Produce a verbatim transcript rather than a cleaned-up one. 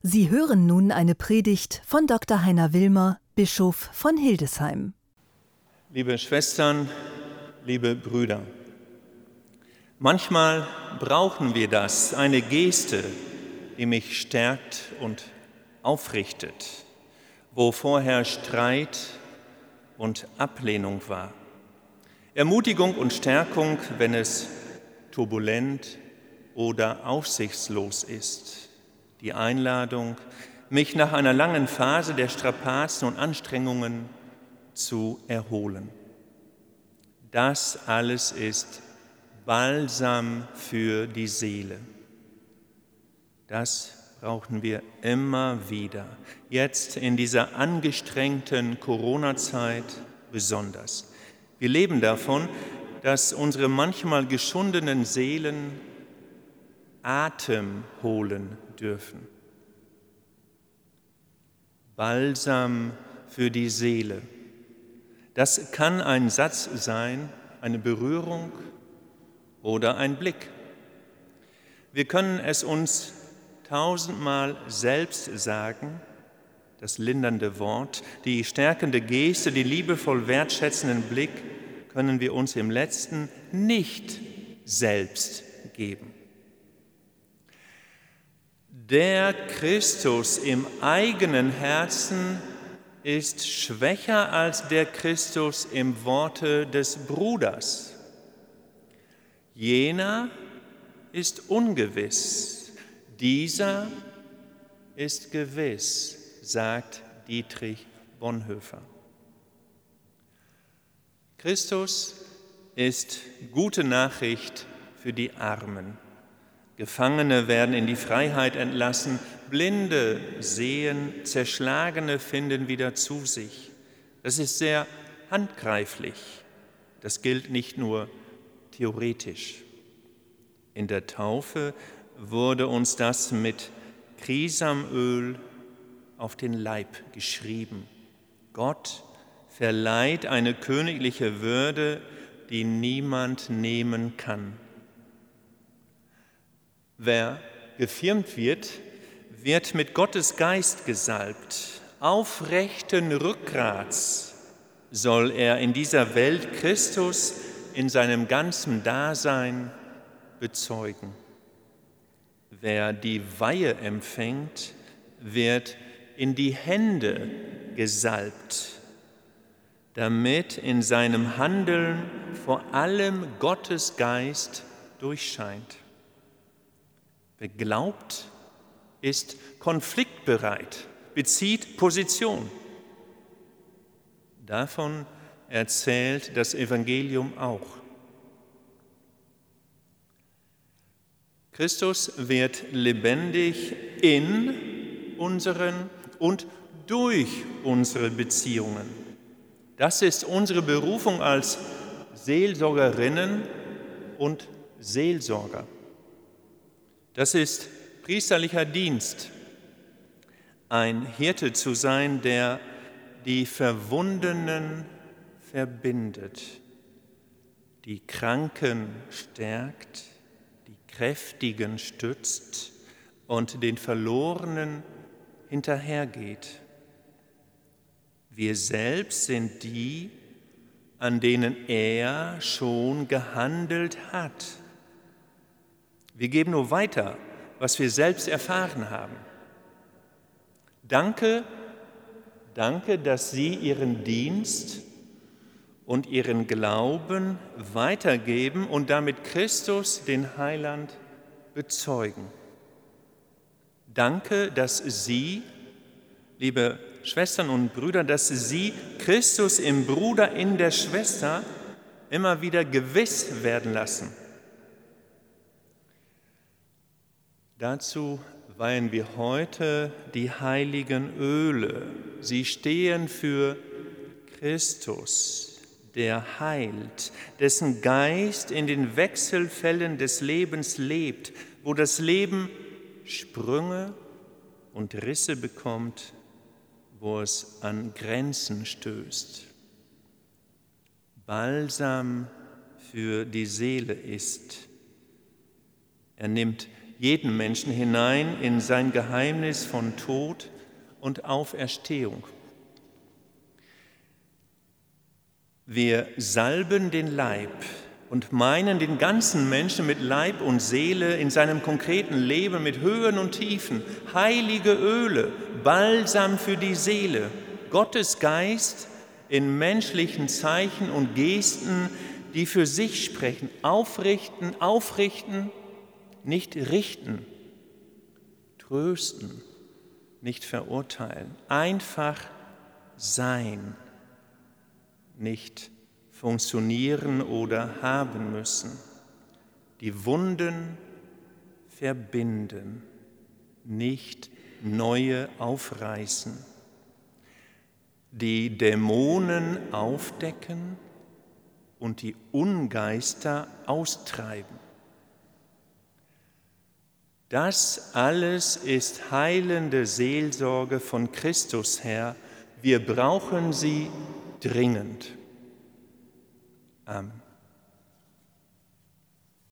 Sie hören nun eine Predigt von Doktor Heiner Wilmer, Bischof von Hildesheim. Liebe Schwestern, liebe Brüder, manchmal brauchen wir das, eine Geste, die mich stärkt und aufrichtet, wo vorher Streit und Ablehnung war. Ermutigung und Stärkung, wenn es turbulent oder aussichtslos ist. Die Einladung, mich nach einer langen Phase der Strapazen und Anstrengungen zu erholen. Das alles ist Balsam für die Seele. Das brauchen wir immer wieder, jetzt in dieser angestrengten Corona-Zeit besonders. Wir leben davon, dass unsere manchmal geschundenen Seelen Atem holen dürfen. Balsam für die Seele. Das kann ein Satz sein, eine Berührung oder ein Blick. Wir können es uns tausendmal selbst sagen, das lindernde Wort, die stärkende Geste, den liebevoll wertschätzenden Blick können wir uns im Letzten nicht selbst geben. Der Christus im eigenen Herzen ist schwächer als der Christus im Worte des Bruders. Jener ist ungewiss, dieser ist gewiss, sagt Dietrich Bonhoeffer. Christus ist gute Nachricht für die Armen. Gefangene werden in die Freiheit entlassen, Blinde sehen, Zerschlagene finden wieder zu sich. Das ist sehr handgreiflich. Das gilt nicht nur theoretisch. In der Taufe wurde uns das mit Krisamöl auf den Leib geschrieben. Gott verleiht eine königliche Würde, die niemand nehmen kann. Wer gefirmt wird, wird mit Gottes Geist gesalbt. Aufrechten Rückgrats soll er in dieser Welt Christus in seinem ganzen Dasein bezeugen. Wer die Weihe empfängt, wird in die Hände gesalbt, damit in seinem Handeln vor allem Gottes Geist durchscheint. Wer glaubt, ist konfliktbereit, bezieht Position. Davon erzählt das Evangelium auch. Christus wird lebendig in unseren und durch unsere Beziehungen. Das ist unsere Berufung als Seelsorgerinnen und Seelsorger. Das ist priesterlicher Dienst, ein Hirte zu sein, der die Verwundenen verbindet, die Kranken stärkt, die Kräftigen stützt und den Verlorenen hinterhergeht. Wir selbst sind die, an denen er schon gehandelt hat. Wir geben nur weiter, was wir selbst erfahren haben. Danke, danke, dass Sie Ihren Dienst und Ihren Glauben weitergeben und damit Christus, den Heiland, bezeugen. Danke, dass Sie, liebe Schwestern und Brüder, dass Sie Christus im Bruder, in der Schwester immer wieder gewiss werden lassen. Dazu weihen wir heute die heiligen Öle. Sie stehen für Christus, der heilt, dessen Geist in den Wechselfällen des Lebens lebt, wo das Leben Sprünge und Risse bekommt, wo es an Grenzen stößt. Balsam für die Seele ist. Er nimmt jeden Menschen hinein in sein Geheimnis von Tod und Auferstehung. Wir salben den Leib und meinen den ganzen Menschen mit Leib und Seele in seinem konkreten Leben mit Höhen und Tiefen, heilige Öle, Balsam für die Seele, Gottes Geist in menschlichen Zeichen und Gesten, die für sich sprechen, aufrichten, aufrichten, nicht richten, trösten, nicht verurteilen, einfach sein, nicht funktionieren oder haben müssen, die Wunden verbinden, nicht neue aufreißen, die Dämonen aufdecken und die Ungeister austreiben. Das alles ist heilende Seelsorge von Christus her. Wir brauchen sie dringend. Amen.